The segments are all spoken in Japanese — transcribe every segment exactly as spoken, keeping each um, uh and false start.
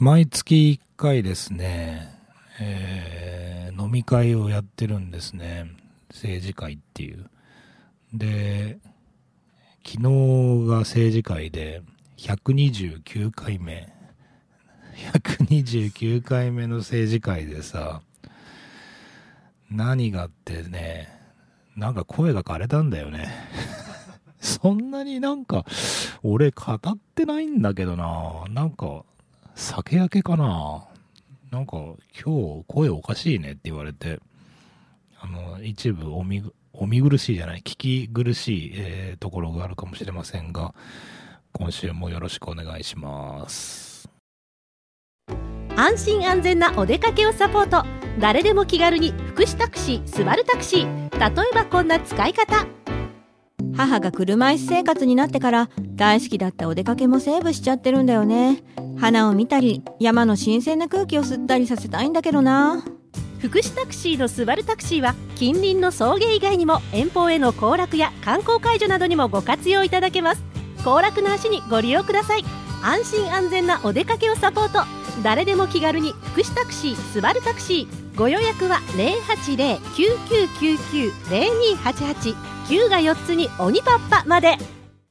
毎月いっかいですね、えー、飲み会をやってるんですね。政治会っていう。で、昨日が政治会でひゃくにじゅうきゅうかいめ。ひゃくにじゅうきゅうかいめの政治会でさ、何がってね、なんか声が枯れたんだよね。そんなになんか、俺語ってないんだけどな。なんか、酒焼けかな。なんか、今日声おかしいねって言われて、あの、一部おみ、お見苦しいじゃない、聞き苦しい、えー、ところがあるかもしれませんが、今週もよろしくお願いします。 安心安全なお出かけをサポート。誰でも気軽に福祉タクシー、スバルタクシー。例えばこんな使い方。 母が車椅子生活になってから大好きだったお出かけもセーブしちゃってるんだよね。花を見たり山の新鮮な空気を吸ったりさせたいんだけどな。 福祉タクシーのスバルタクシーは近隣の送迎以外にも遠方への行楽や観光解除などにもご活用いただけます。行楽の足にご利用ください。安心安全なお出かけをサポート。誰でも気軽に福祉タクシー、スバルタクシー。ご予約は ゼロはちゼロ きゅうきゅうきゅうきゅう ゼロにはちはち きゅうがよっつに鬼パッパまで。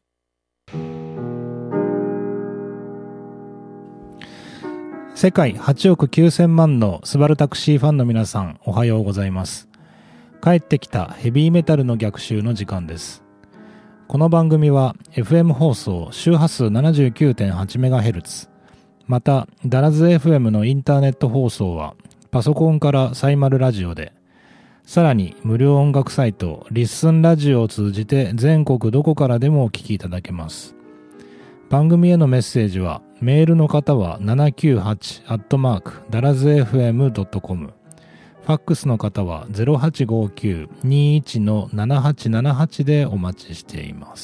世界はちおくきゅうせんまんのスバルタクシーファンの皆さん、おはようございます。帰ってきたヘビーメタルの逆襲の時間です。この番組は エフエム 放送周波数 ななじゅうきゅうてんはちメガヘルツ、またダラズ エフエム のインターネット放送はパソコンからサイマルラジオで、さらに無料音楽サイトリッスンラジオを通じて全国どこからでもお聞きいただけます。番組へのメッセージはメールの方はななきゅうはちアットマークダラズエフエムドットコム、ファックスの方は ゼロはちごきゅう にいち ななはちななはち でお待ちしています。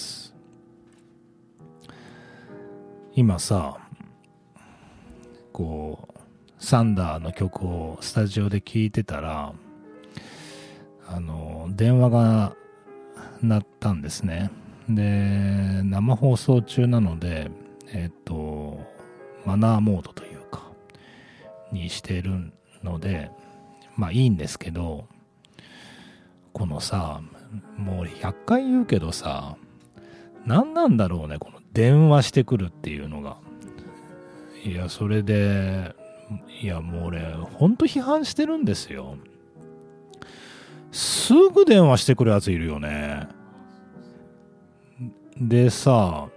今さ、こうサンダーの曲をスタジオで聴いてたら、あの電話が鳴ったんですね。で、生放送中なので、えっとマナーモードというかにしているので、まあいいんですけど、このさ、もうひゃっかい言うけどさ、何なんだろうね、この電話してくるっていうのが。いや、それで、いやもう俺ほんと批判してるんですよ。すぐ電話してくるやついるよね。でさ、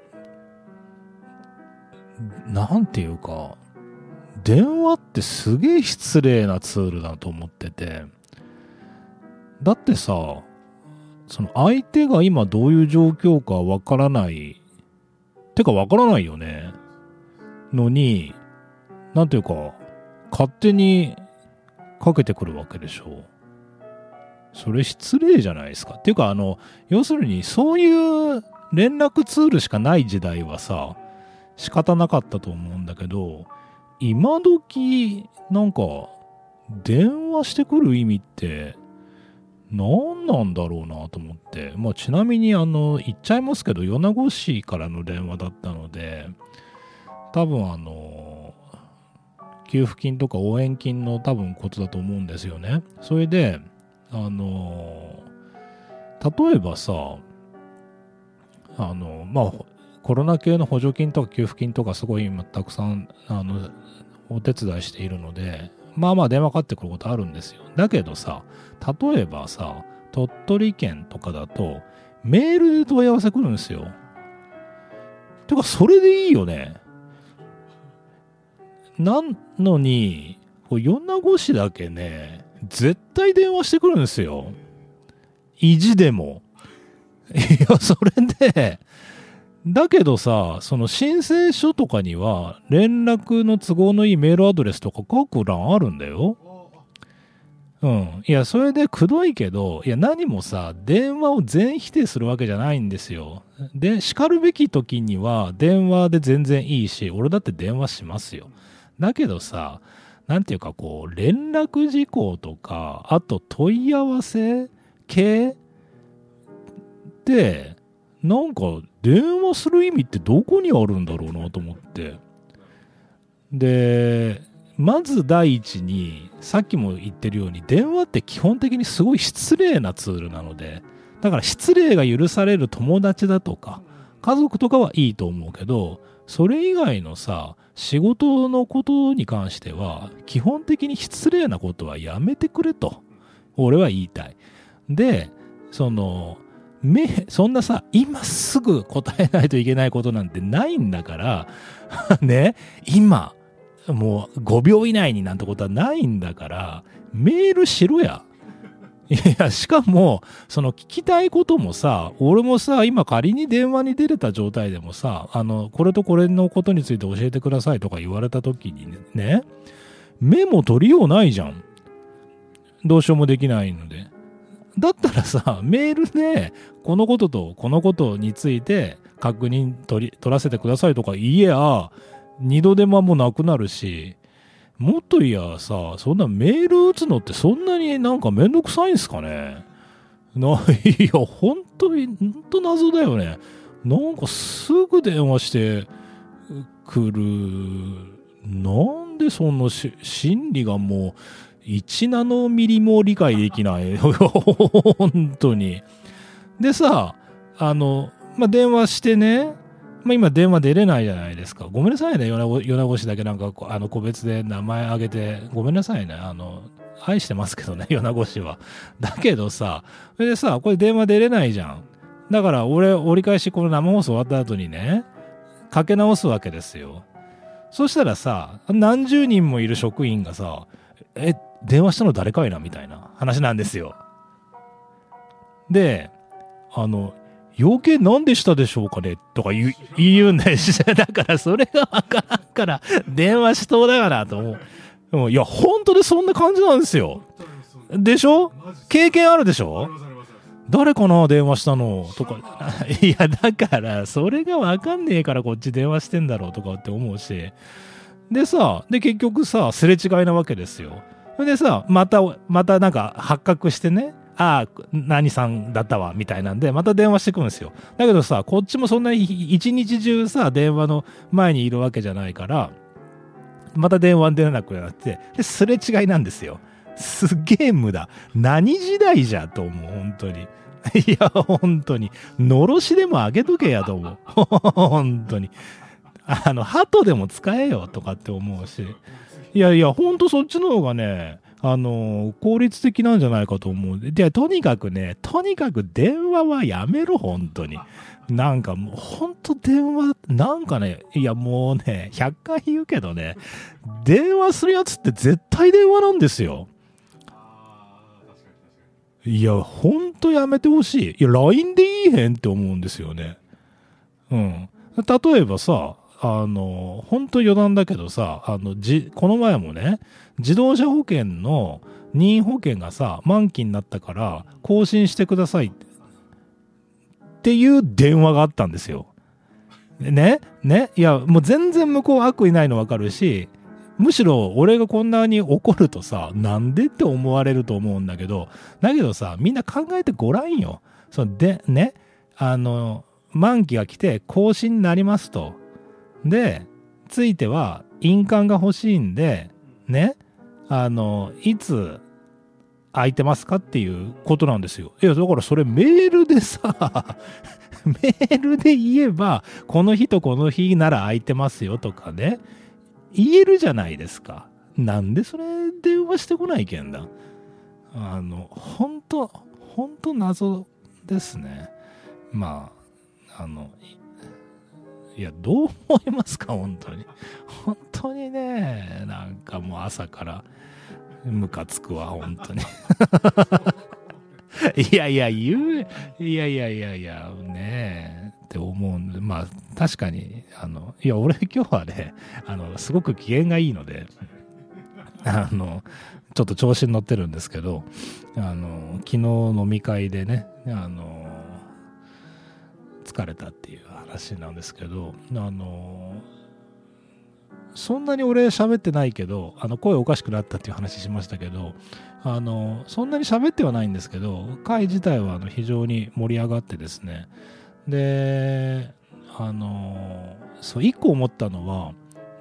なんていうか、電話ってすげえ失礼なツールだと思ってて、だってさ、その相手が今どういう状況かわからないてかわからないよねのに、なんていうか勝手にかけてくるわけでしょ。それ失礼じゃないですか。っていうか、あの要するにそういう連絡ツールしかない時代はさ、仕方なかったと思うんだけど、今時なんか電話してくる意味って何なんだろうなと思って。まあちなみにあの言っちゃいますけど、米子市からの電話だったので、多分あの給付金とか応援金の多分ことだと思うんですよね。それであの例えばさ、あのまあコロナ系の補助金とか給付金とかすごい今たくさんあのお手伝いしているので、まあまあ電話かかってくることあるんですよ。だけどさ、例えばさ、鳥取県とかだとメールで問い合わせ来るんですよ。てかそれでいいよね。なのに米子市だけね、絶対電話してくるんですよ。意地でも。いや、それでだけどさ、その申請書とかには連絡の都合のいいメールアドレスとか書く欄あるんだよ。うん。いや、それでくどいけど、いや、何もさ、電話を全否定するわけじゃないんですよ。で、叱るべき時には電話で全然いいし、俺だって電話しますよ。だけどさ、なんていうかこう、連絡事項とか、あと問い合わせ系って、なんか電話する意味ってどこにあるんだろうなと思って。 でまず第一にさっきも言ってるように電話って基本的にすごい失礼なツールなので、だから失礼が許される友達だとか家族とかはいいと思うけど、それ以外のさ仕事のことに関しては基本的に失礼なことはやめてくれと俺は言いたい。でそのめそんなさ今すぐ答えないといけないことなんてないんだからね、今もうごびょう以内になんてことはないんだからメールしろや。いやしかもその聞きたいこともさ、俺もさ今仮に電話に出れた状態でもさ、あのこれとこれのことについて教えてくださいとか言われた時にね、メモ取りようないじゃん。どうしようもできないので、だったらさメールでこのこととこのことについて確認取り取らせてくださいとか言えや二度手間もなくなるし、もっといやさ、そんなメール打つのってそんなになんかめんどくさいんすかね。ないや本当に本当謎だよね。なんかすぐ電話してくる、なんでそのし心理がもういちナノミリも理解できない本当に。でさあの、まあ、電話してね、まあ、今電話出れないじゃないですか。ごめんなさいね、米子市だけなんかあの個別で名前挙げてごめんなさいね。あの愛してますけどね米子市は。だけどさそれでさこれ電話出れないじゃん。だから俺折り返しこの生放送終わった後にねかけ直すわけですよ。そしたらさ何十人もいる職員がさえ電話したの誰かいなみたいな話なんですよ。であの余計なんでしたでしょうかねとか言う、言うんだよ。だからそれがわからんから電話しとうだからと思う。でもいや本当でそんな感じなんですよ。でしょ？経験あるでしょ？誰かな電話したのとかいやだからそれがわかんねえからこっち電話してんだろうとかって思うし、でさで結局さすれ違いなわけですよ。でさまたまたなんか発覚してね、ああ何さんだったわみたいなんでまた電話してくるんですよ。だけどさこっちもそんな一日中さ電話の前にいるわけじゃないからまた電話に出なくなってですれ違いなんですよ。すげえ無駄。何時代じゃと思う本当に。いや本当にのろしでもあげとけやと思う本当に。あの鳩でも使えよとかって思うし、いやいや本当そっちの方がねあの効率的なんじゃないかと思う。でとにかくねとにかく電話はやめろ本当に。なんかもう本当電話なんかね、いやもうねひゃっかい言うけどね電話するやつって絶対電話なんですよ。いや本当やめてほしい。いや ライン でいいへんって思うんですよね。うん例えばさあの本当余談だけどさあのじこの前もね自動車保険の任意保険がさ満期になったから更新してくださいっていう電話があったんですよ。ねねいやもう全然向こう悪意ないの分かるし、むしろ俺がこんなに怒るとさなんでって思われると思うんだけど、だけどさみんな考えてごらんよ。そのでねあの満期が来て更新になりますと。でついては印鑑が欲しいんでねあのいつ空いてますかっていうことなんですよ。いやだからそれメールでさメールで言えばこの日とこの日なら空いてますよとかね言えるじゃないですか。なんでそれ電話してこないけんだ。あの本当本当謎ですね。まああのいやどう思いますか本当に本当にねなんかもう朝からムカつくわ本当にいやいや言ういやいやいやいやねって思うんで、まあ確かにあのいや俺今日はねあのすごく機嫌がいいのであのちょっと調子に乗ってるんですけど、あの昨日飲み会でねあの疲れたっていう話なんですけど、あのそんなに俺喋ってないけどあの声おかしくなったっていう話しましたけど、あのそんなに喋ってはないんですけど会自体はあの非常に盛り上がってですね、であのそう一個思ったのは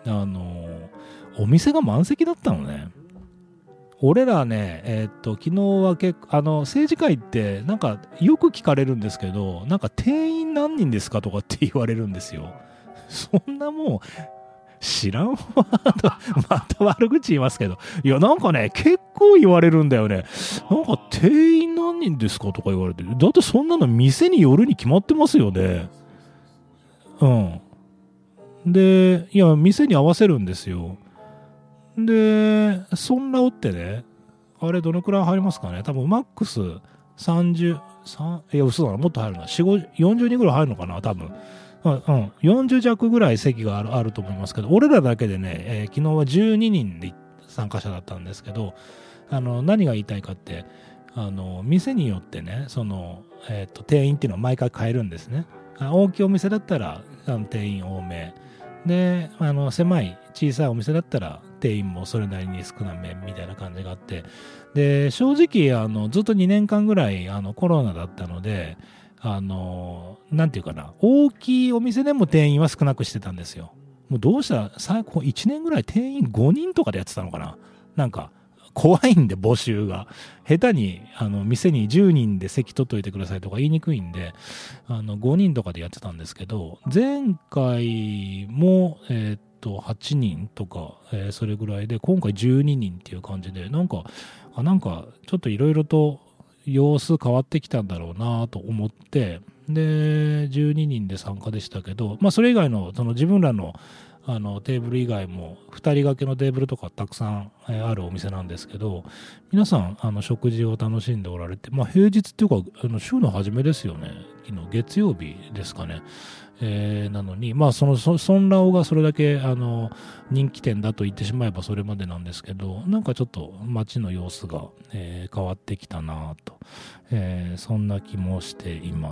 あのお店が満席だったのね。俺らね、えー、っと昨日は結構あの政治会ってなんかよく聞かれるんですけど、なんか定員何人ですかとかって言われるんですよ。そんなもう知らんわまた悪口言いますけど、いやなんかね結構言われるんだよね。なんか定員何人ですかとか言われて、だってそんなの店によるに決まってますよね。うんで、いや店に合わせるんですよ。でそんなおってね、あれどのくらい入りますかね。多分マックスさんじゅう、いや嘘だな、もっと入るな、よんじゅう、よんじゅうにんぐらい入るのかな多分。うん、よんじゅう弱ぐらい席がある、あると思いますけど、俺らだけでね、えー、昨日はじゅうににんで参加者だったんですけど、あの何が言いたいかって、あの店によってね、その、えー、と定員っていうのは毎回変えるんですね。大きいお店だったらあの定員多めで、あの狭い小さいお店だったら定員もそれなりに少なめみたいな感じがあって、で正直あのずっとにねんかんぐらいあのコロナだったので、あのなんていうかな、大きいお店でも定員は少なくしてたんですよ。もうどうしたら最後いちねんぐらい定員ごにんとかでやってたのかな。なんか怖いんで募集が下手にあの店にじゅうにんで席取っといてくださいとか言いにくいんで、あのごにんとかでやってたんですけど、前回もえー、っとはちにんとか、えー、それぐらいで、今回じゅうににんっていう感じで、なんかあなんかちょっといろいろと様子変わってきたんだろうなと思って、でじゅうににんで参加でしたけど、まあそれ以外のその自分らのあのテーブル以外もふたり掛けのテーブルとかたくさんあるお店なんですけど、皆さんあの食事を楽しんでおられて、まあ平日っていうかあの週の初めですよね。昨日月曜日ですかね。えー、なのにまあそのそソンラオがそれだけあの人気店だと言ってしまえばそれまでなんですけど、なんかちょっと街の様子が、えー、変わってきたなと、えー、そんな気もしています。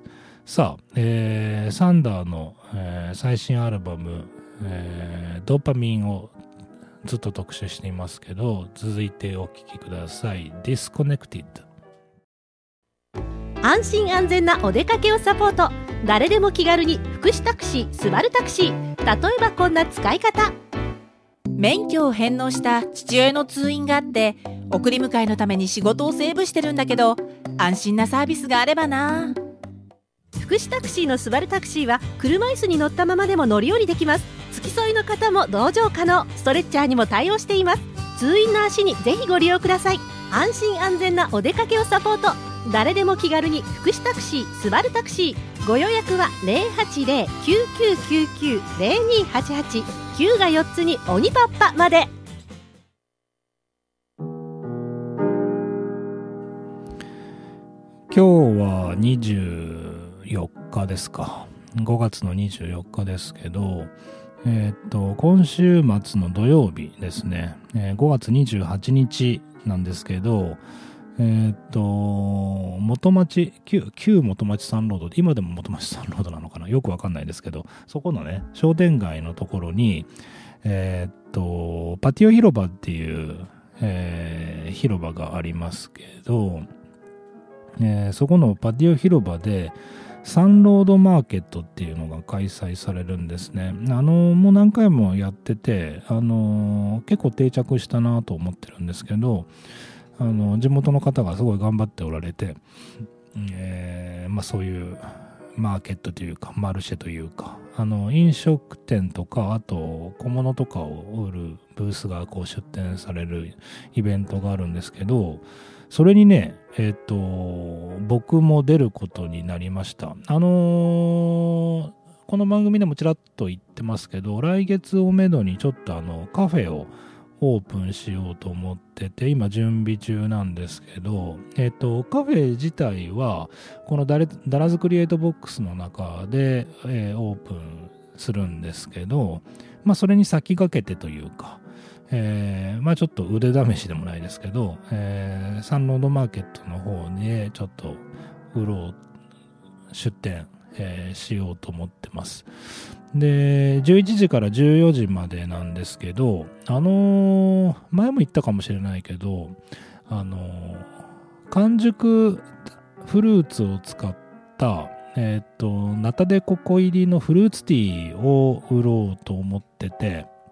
さあ、えー、サンダーの、えー、最新アルバムえー、ドーパミンをずっと特集していますけど、続いてお聴きください。 Disconnected。 安心安全なお出かけをサポート、誰でも気軽に福祉タクシー、スバルタクシー。例えばこんな使い方。 免許を返納した父親の通院があって、送り迎えのために仕事をセーブしてるんだけど、安心なサービスがあればな。 福祉タクシーのスバルタクシーは車椅子に乗ったままでも乗り降りできます。付き添いの方も同乗可能、ストレッチャーにも対応しています。通院の足にぜひご利用ください。安心安全なお出かけをサポート、誰でも気軽に福祉タクシー、スバルタクシー。ご予約は ゼロはちゼロ きゅうきゅうきゅうきゅう ゼロにはちはち きゅうがよっつに鬼パッパまで。 今日はにじゅうよっかですか。ごがつのにじゅうよっかですけど、えー、っと今週末の土曜日ですね、えー、ごがつにじゅうはちにちなんですけど、えー、っと元町、旧旧元町サンロード、今でも元町サンロードなのかな、よくわかんないですけど、そこのね商店街のところに、えー、っとパティオ広場っていう、えー、広場がありますけど、えー、そこのパティオ広場でサンロードマーケットっていうのが開催されるんですね。あのもう何回もやってて、あの結構定着したなと思ってるんですけど、あの地元の方がすごい頑張っておられて、えーまあ、そういうマーケットというかマルシェというか、あの飲食店とかあと小物とかを売るブースがこう出店されるイベントがあるんですけど、それにね、えっと、僕も出ることになりました。あのー、この番組でもちらっと言ってますけど、来月をめどにちょっとあのカフェをオープンしようと思ってて、今準備中なんですけど、えっと、カフェ自体は、このダラズクリエイトボックスの中で、えー、オープンするんですけど、まあそれに先駆けてというか、えー、まあちょっと腕試しでもないですけど、えー、サンロードマーケットの方にちょっと売ろう出店、えー、しようと思ってます。でじゅういちじからじゅうよじまでなんですけど、あのー、前も言ったかもしれないけど、あのー、完熟フルーツを使ったえっとナタデココ入りのフルーツティーを売ろうと思ってて、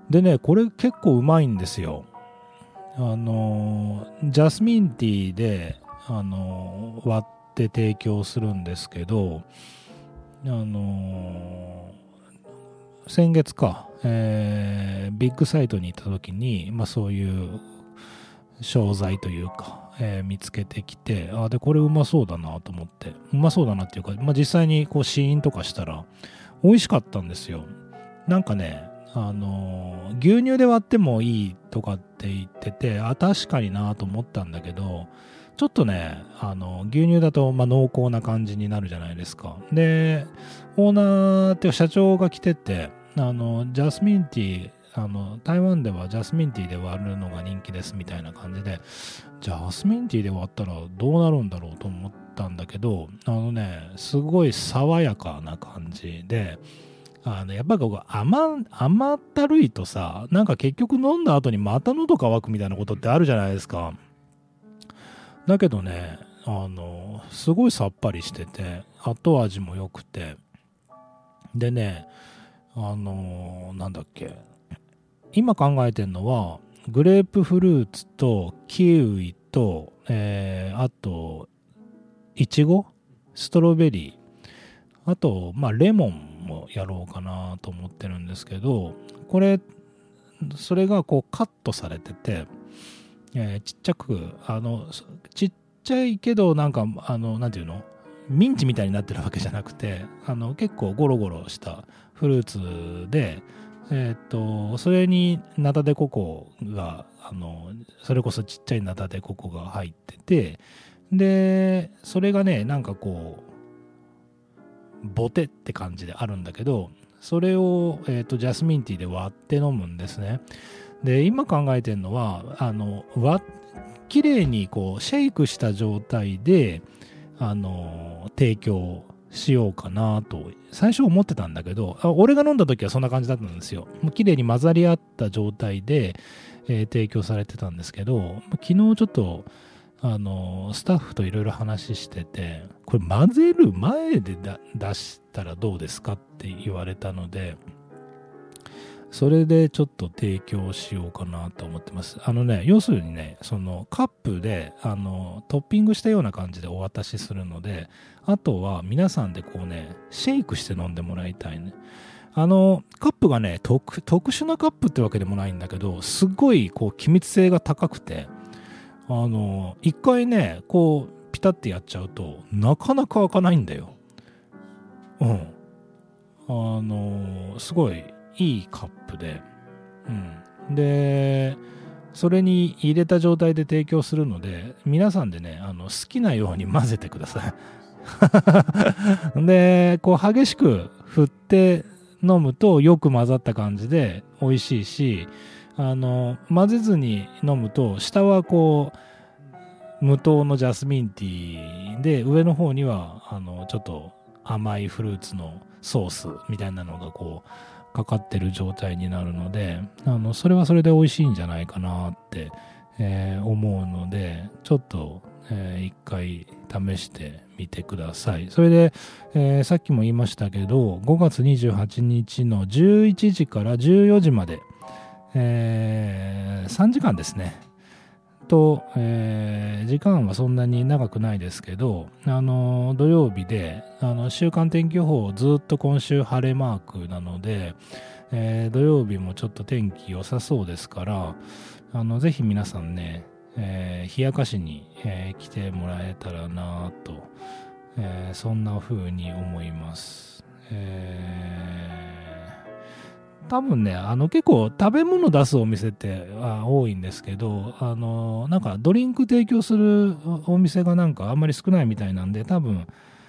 でね、これ結構うまいんですよ。あのジャスミンティーであの割って提供するんですけど、あの先月か、えー、ビッグサイトに行った時に、まあ、そういう商材というか、えー、見つけてきて、あでこれうまそうだなと思って、うまそうだなっていうか、まあ、実際にこう試飲とかしたら美味しかったんですよ。なんかね、あのー、牛乳で割ってもいいとかって言ってて、あ確かになと思ったんだけど、ちょっとね、あの牛乳だとまあ濃厚な感じになるじゃないですか。でオーナーっていうか社長が来てて、あのジャスミンティー、あの台湾ではジャスミンティーで割るのが人気ですみたいな感じで、ジャスミンティーで割ったらどうなるんだろうと思ったんだけど、あのねすごい爽やかな感じで、あのやっぱりこう 甘, 甘ったるいとさ、なんか結局飲んだ後にまた喉乾くみたいなことってあるじゃないですか。だけどね、あのすごいさっぱりしてて後味も良くて、でね、あのなんだっけ、今考えてるのはグレープフルーツとキウイと、えー、あとイチゴ、ストロベリー、あとまあレモンもやろうかなと思ってるんですけど、これそれがこうカットされてて、えー、ちっちゃく、あのちっちゃいけどなんかあのなんていうの、ミンチみたいになってるわけじゃなくて、あの結構ゴロゴロしたフルーツで、えー、っとそれにナタデココが、あのそれこそちっちゃいナタデココが入ってて、でそれがねなんかこうボテって感じであるんだけど、それを、えー、とジャスミンティーで割って飲むんですね。で今考えてるのは、あの割きれいにこうシェイクした状態であの提供しようかなと最初思ってたんだけど、あ俺が飲んだ時はそんな感じだったんですよ。もう綺麗に混ざり合った状態で、えー、提供されてたんですけど、昨日ちょっとあのスタッフといろいろ話してて、これ混ぜる前でだ出したらどうですかって言われたので、それでちょっと提供しようかなと思ってます。あのね、要するにね、そのカップであのトッピングしたような感じでお渡しするので、あとは皆さんでこうねシェイクして飲んでもらいたいね。あのカップがね 特, 特殊なカップってわけでもないんだけど、すっごいこう気密性が高くて、あの一回ねこうピタッてやっちゃうとなかなか開かないんだよ。うん。あのすごいいいカップで、うん、でそれに入れた状態で提供するので、皆さんでねあの好きなように混ぜてくださいでこう激しく振って飲むとよく混ざった感じで美味しいし、あの混ぜずに飲むと下はこう無糖のジャスミンティーで、上の方にはあのちょっと甘いフルーツのソースみたいなのがこうかかってる状態になるので、あのそれはそれで美味しいんじゃないかなって、えー、思うので、ちょっと、えー、一回試してみてください。それで、えー、さっきも言いましたけど、ごがつにじゅうはちにちのじゅういちじからじゅうよじまで、えー、さんじかんですね。と、えー、時間はそんなに長くないですけど、あの土曜日であの週間天気予報ずっと今週晴れマークなので、えー、土曜日もちょっと天気良さそうですから、あのぜひ皆さんね、えー、冷やかしに、えー、来てもらえたらなと、えー、そんな風に思います。えー多分ね、あの結構食べ物出すお店って多いんですけど、あのなんかドリンク提供するお店がなんかあんまり少ないみたいなんで、多分、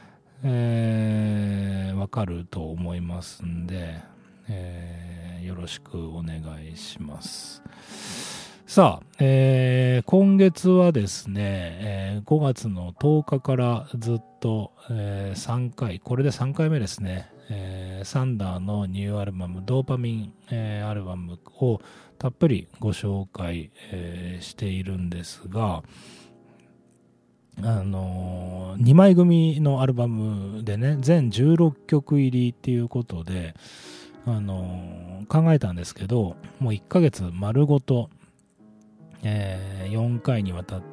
えー、わかると思いますんで、えー、よろしくお願いします。さあ、えー、今月はですね、えー、ごがつのとおかからずっと、えー、さんかい、これでさんかいめですね。えー、サンダーのニューアルバムドーパミン、えー、アルバムをたっぷりご紹介、えー、しているんですが、あのー、にまい組のアルバムでね全じゅうろっきょく入りっていうことで、 あのー、考えたんですけど、もういっかげつ丸ごと、えー、よんかいにわたって、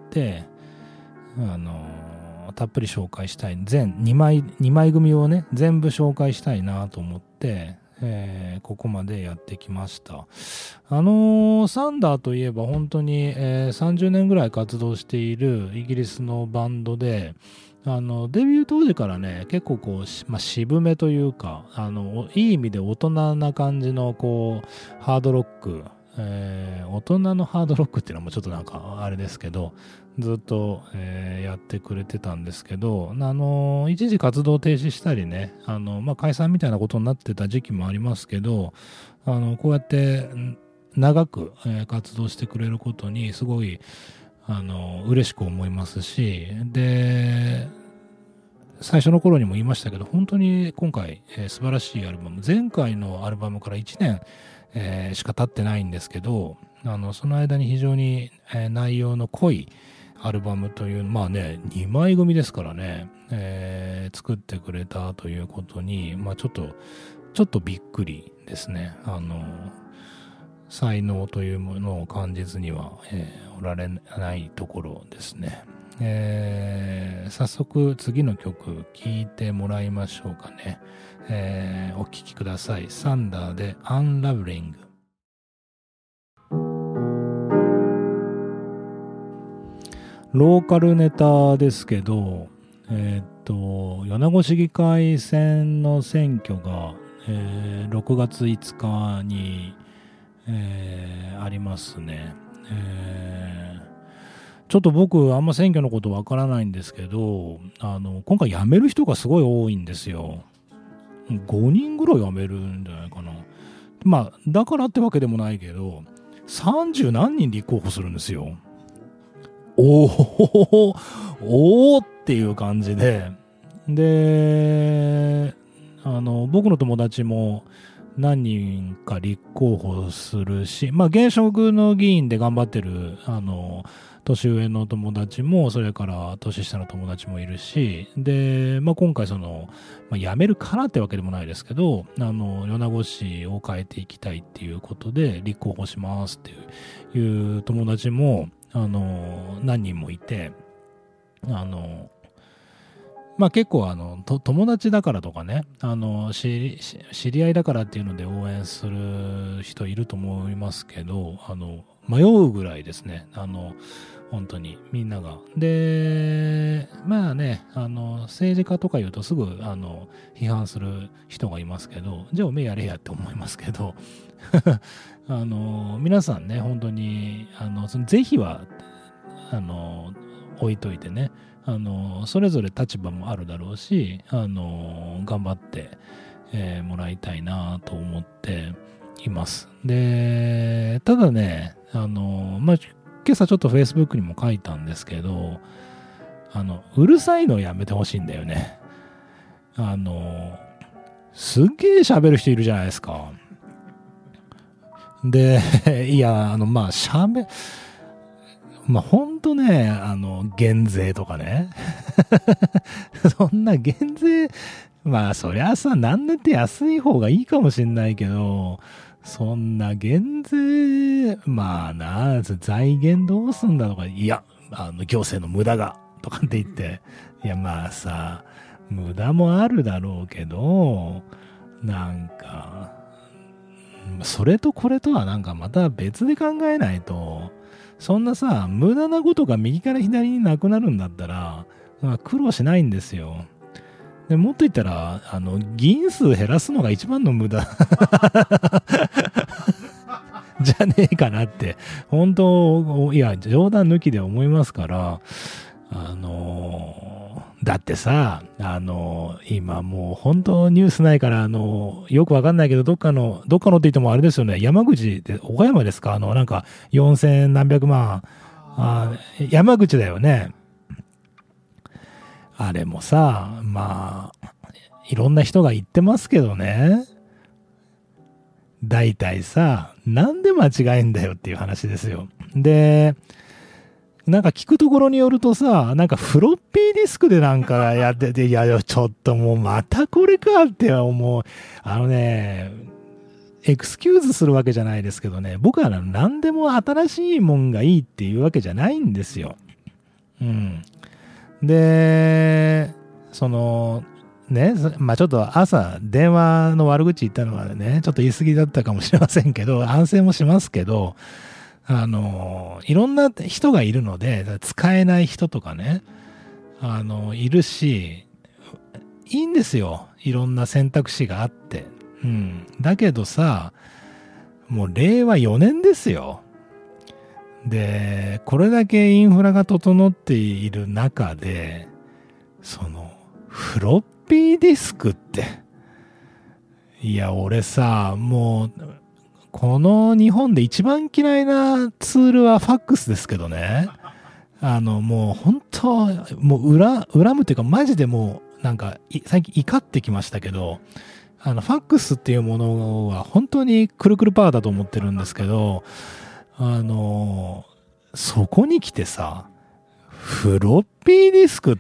あのー、たっぷり紹介したい、全にまい、にまい組をね、全部紹介したいなと思って、えー、ここまでやってきました。あのー、サンダーといえば本当に、えー、さんじゅうねんぐらい活動しているイギリスのバンドで、あのデビュー当時からね、結構こう、まあ、渋めというか、あのいい意味で大人な感じのこうハードロック、えー、大人のハードロックっていうのはもうちょっとなんかあれですけど、ずっと、えー、やってくれてたんですけど、あの一時活動停止したりね、あの、まあ、解散みたいなことになってた時期もありますけど、あのこうやって長く、えー、活動してくれることにすごいあの嬉しく思いますし、で最初の頃にも言いましたけど、本当に今回、えー、素晴らしいアルバム、前回のアルバムからいちねん、えー、しか経ってないんですけど、あのその間に非常に、えー、内容の濃いアルバムという、まあね、にまい組ですからね、えー、作ってくれたということに、まあちょっとちょっとびっくりですね。あの才能というものを感じずには、えー、おられないところですね。えー、早速次の曲聴いてもらいましょうかね。えー、お聴きください。サンダーでアンラブリング。ローカルネタですけど、えー、っと米子市議会選の選挙が、えー、ろくがついつかに、えー、ありますね。えーちょっと僕あんま選挙のことわからないんですけど、あの今回辞める人がすごい多いんですよ。ごにんぐらい辞めるんじゃないかな。まあだからってわけでもないけど、さんじゅうなんにん立候補するんですよ。おおおおっていう感じで、であの僕の友達も何人か立候補するし、まあ現職の議員で頑張ってるあの年上の友達も、それから年下の友達もいるし、で、まあ、今回その、まあ、辞めるからってわけでもないですけど、あの米子市を変えていきたいっていうことで立候補しますっていう友達もあの何人もいて、あのまあ結構あのと友達だからとかね、あの知り、知り合いだからっていうので応援する人いると思いますけど、あの迷うぐらいですね。あの本当にみんなが。で、まあね、あの政治家とか言うとすぐあの批判する人がいますけど、じゃあおめえやれやって思いますけど、あの皆さんね、本当にあのその是非はあの置いといてね、あのそれぞれ立場もあるだろうし、あの頑張って、えー、もらいたいなと思っています。で、ただね、あのまあ今朝ちょっと Facebook にも書いたんですけど、あのうるさいのやめてほしいんだよね。あのすっげえ喋る人いるじゃないですか。で、いや、あのまあ喋まあほんとね、あの減税とかねそんな減税、まあそりゃさ、なんだって安い方がいいかもしんないけど、そんな減税、まあな、財源どうすんだとか、いや、あの行政の無駄がとかって言って、いやまあさ、無駄もあるだろうけど、なんかそれとこれとはなんかまた別で考えないと、そんなさ、無駄なことが右から左になくなるんだったら、まあ、苦労しないんですよ。でもっと言ったら、あの、議員数減らすのが一番の無駄じゃねえかなって、本当、いや、冗談抜きで思いますから、あの、だってさ、あの、今もう本当ニュースないから、あの、よくわかんないけど、どっかの、どっかのって言ってもあれですよね、山口で、岡山ですか、あの、なんか、よんせんなんびゃくまん、あ、山口だよね。あれもさ、まあ、いろんな人が言ってますけどね。大体さ、なんで間違えんだよっていう話ですよ。で、なんか聞くところによるとさ、なんかフロッピーディスクでなんかやってて、いや、ちょっともうまたこれかって思う。あのね、 エクスキューズするわけじゃないですけどね、僕は何でも新しいもんがいいっていうわけじゃないんですよ。うん。で、その、ね、まあちょっと朝電話の悪口言ったのはね、ちょっと言い過ぎだったかもしれませんけど、反省もしますけど、あの、いろんな人がいるので、使えない人とかね、あの、いるし、いいんですよ。いろんな選択肢があって。うん。だけどさ、もう令和よねんですよ。で、これだけインフラが整っている中で、その、フロッピーディスクって、いや、俺さ、もう、この日本で一番嫌いなツールはファックスですけどね。あの、もう本当、もう恨、恨むっていうか、マジでもう、なんか、最近怒ってきましたけど、あの、ファックスっていうものは本当にくるくるパーだと思ってるんですけど、あの、そこに来てさ、フロッピーディスクって、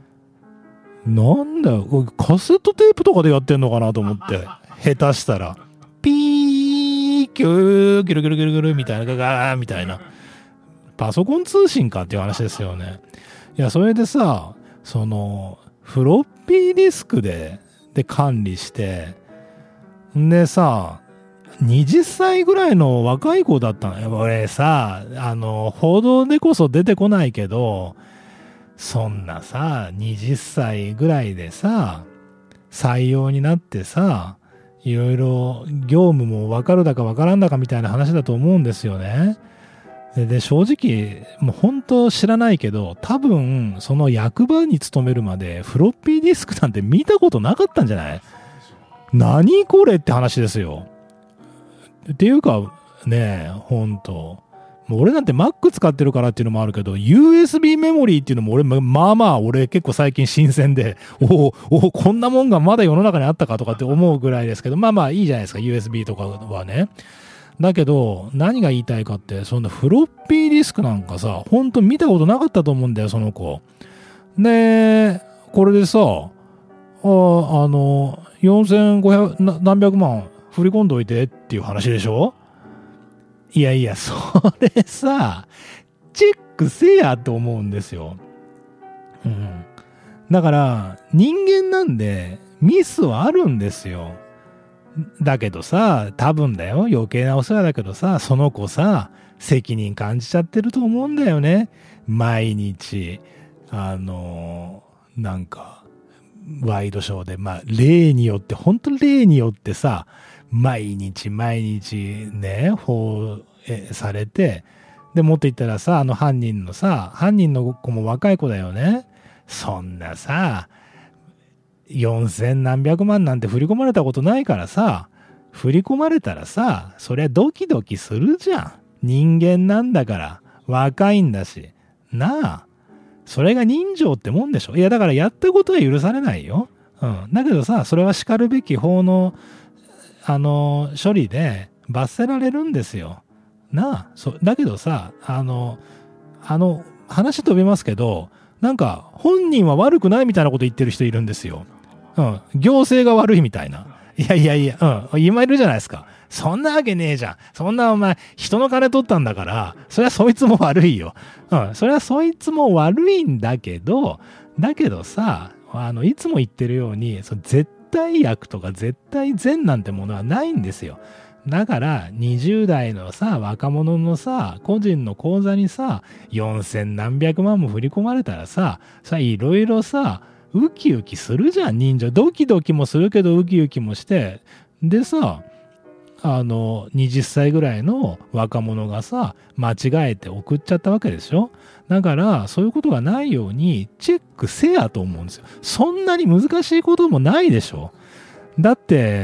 なんだよ、カセットテープとかでやってんのかなと思って、下手したら、ピー、キュー、ギュルギュルギュルギュルみたいな、ガガーみたいな。パソコン通信かっていう話ですよね。いや、それでさ、その、フロッピーディスクで、で管理して、んでさ、はたちぐらいの若い子だったのよ。俺さ、あの、報道でこそ出てこないけど、そんなさ、はたちぐらいでさ、採用になってさ、いろいろ業務も分かるだか分からんだかみたいな話だと思うんですよね。で、正直、もう本当知らないけど、多分、その役場に勤めるまで、フロッピーディスクなんて見たことなかったんじゃない？何これって話ですよ。っていうか、ねえ、本当もう俺なんて Mac 使ってるからっていうのもあるけど、ユーエスビー メモリーっていうのも俺、まあまあ俺結構最近新鮮で、おお、こんなもんがまだ世の中にあったかとかって思うぐらいですけど、まあまあいいじゃないですか、ユーエスビー とかはね。だけど、何が言いたいかって、そんなフロッピーディスクなんかさ、ほんと見たことなかったと思うんだよ、その子。で、これでさ、あ、あの、よんせんごひゃく、何百万振り込んどいてっていう話でしょ？いやいや、それさ、チェックせやと思うんですよ。うん。だから、人間なんで、ミスはあるんですよ。だけどさ、多分だよ、余計なお世話だけどさ、その子さ、責任感じちゃってると思うんだよね。毎日、あの、なんか、ワイドショーで、まあ、例によって、本当に例によってさ、毎日毎日ね、放映されて、で、もっと言ったらさ、あの犯人のさ、犯人の子も若い子だよね。そんなさ、よんせん何百万なんて振り込まれたことないからさ、振り込まれたらさ、そりゃドキドキするじゃん。人間なんだから、若いんだし。なあ。それが人情ってもんでしょ。いや、だからやったことは許されないよ。うん。だけどさ、それは叱るべき法の、あの、処理で罰せられるんですよ。なあ。そう。だけどさ、あの、あの、話飛びますけど、なんか、本人は悪くないみたいなこと言ってる人いるんですよ。うん。行政が悪いみたいな。いやいやいや、うん。今いるじゃないですか。そんなわけねえじゃん。そんなお前、人の金取ったんだから、そりゃそいつも悪いよ。うん。そりゃそいつも悪いんだけど、だけどさ、あの、いつも言ってるように、そ絶対悪とか絶対善なんてものはないんですよ。だから、にじゅう代のさ、若者のさ、個人の口座にさ、よんせん何百万も振り込まれたらさ、さ、いろいろさ、ウキウキするじゃん、人情。ドキドキもするけど、ウキウキもして。でさ、あの、はたちぐらいの若者がさ、間違えて送っちゃったわけでしょ？だから、そういうことがないように、チェックせやと思うんですよ。そんなに難しいこともないでしょ？だって、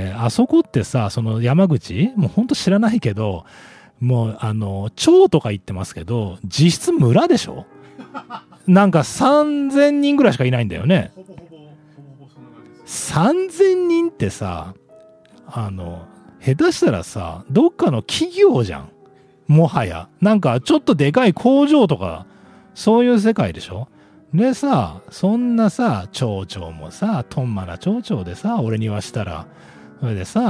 あそこってさ、その山口もうほんと知らないけど、もう、あの、町とか言ってますけど、実質村でしょ？なんかさんぜんにんぐらいしかいないんだよね。さんぜんにんってさ、あの、下手したらさ、どっかの企業じゃん。もはや。なんかちょっとでかい工場とか、そういう世界でしょ？でさ、そんなさ、町長もさ、とんまな町長でさ、俺に言わしたら、それでさ、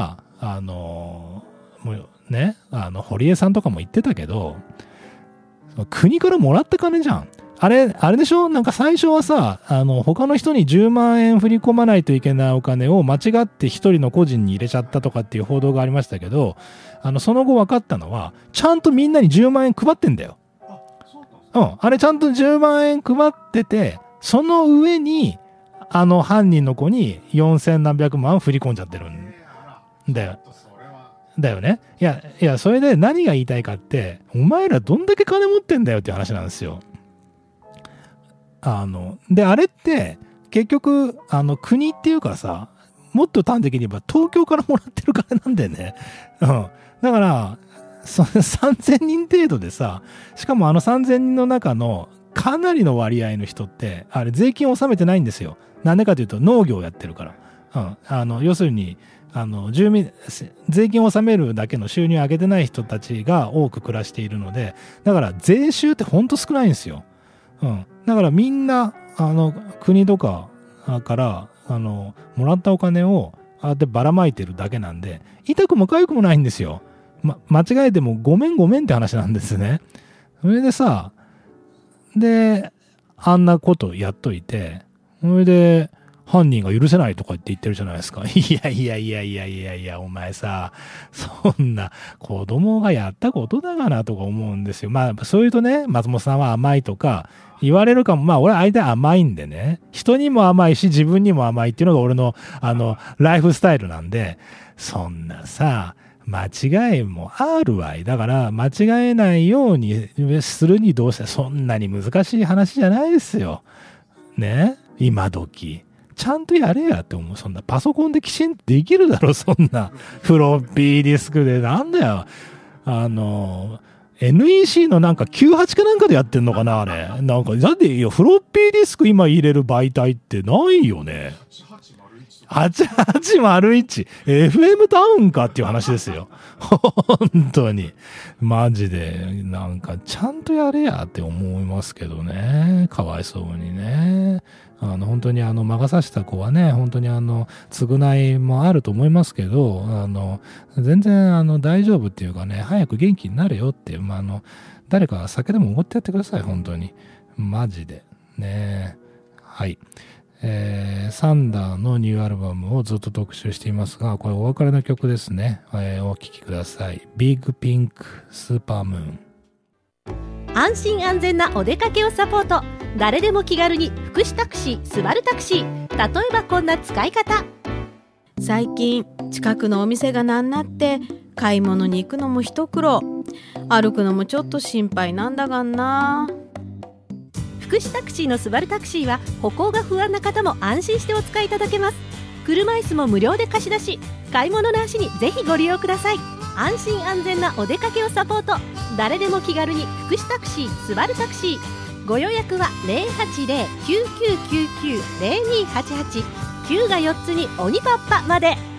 あのもうね、あの堀江さんとかも言ってたけど、国からもらった金じゃん。あれ、あれでしょ、なんか最初はさ、あの、他の人にじゅうまんえん振り込まないといけないお金を間違って一人の個人に入れちゃったとかっていう報道がありましたけど、あの、その後分かったのは、ちゃんとみんなにじゅうまんえん配ってんだよ。うん。あれちゃんとじゅうまんえん配ってて、その上に、あの、犯人の子によんせんなんびゃくまん振り込んじゃってるんだよ。だよね。いや、いや、それで何が言いたいかって、お前らどんだけ金持ってんだよっていう話なんですよ。あの、で、あれって、結局、あの、国っていうかさ、もっと端的に言えば東京からもらってる金なんだよね。うん。だから、そのさんぜんにん程度でさ、しかもあのさんぜんにんの中のかなりの割合の人って、あれ税金を納めてないんですよ。なんでかというと農業をやってるから。うん。あの、要するに、あの、住民、税金を納めるだけの収入を上げてない人たちが多く暮らしているので、だから税収ってほんと少ないんですよ。うん。だからみんな、あの、国とかから、あの、もらったお金を、ああやってばらまいてるだけなんで、痛くも痒くもないんですよ。ま、間違えてもごめんごめんって話なんですね。それでさ、で、あんなことやっといて、それで、犯人が許せないとかって言ってるじゃないですか。いやいやいやいやいやいや、お前さ、そんな子供がやったことだがなとか思うんですよ。まあ、そういうとね、松本さんは甘いとか言われるかも。まあ、俺は相手甘いんでね。人にも甘いし、自分にも甘いっていうのが俺の、あの、ライフスタイルなんで、そんなさ、間違いもあるわい。だから、間違えないようにするにどうして、そんなに難しい話じゃないですよ。ね、今時。ちゃんとやれやって思う。そんなパソコンできちんとできるだろ、そんな。フロッピーディスクで。なんだよ。あの、エヌイーシー のなんかきゅうじゅうはちかなんかでやってんのかな、あれ。なんか、だっていや、フロッピーディスク今入れる媒体ってないよね。はちはちまるいち。エフエム タウンかっていう話ですよ。本当に。マジで。なんか、ちゃんとやれやって思いますけどね。かわいそうにね。あの、本当にあの、魔が差した子はね、本当にあの、償いもあると思いますけど、あの、全然あの、大丈夫っていうかね、早く元気になれよっていう、まあ、あの、誰か酒でもおごってやってください、本当に。マジで。ね。はい。えー、サンダーのニューアルバムをずっと特集していますが、これお別れの曲ですね。えー、お聴きください。ビッグピンクスーパームーン。 安心安全なお出かけをサポート。誰でも気軽に福祉タクシー、スバルタクシー。例えばこんな使い方。 最近近くのお店がなんなって買い物に行くのも一苦労。歩くのもちょっと心配なんだがんな。 福祉タクシーのスバルタクシーは歩行が不安な方も安心してお使いいただけます。車椅子も無料で貸し出し、買い物の足にぜひご利用ください。安心安全なお出かけをサポート。誰でも気軽に福祉タクシー、スバルタクシー。ご予約は ゼロはちゼロ きゅうきゅうきゅうきゅう ゼロにはちはち きゅうがよっつに鬼パッパまで。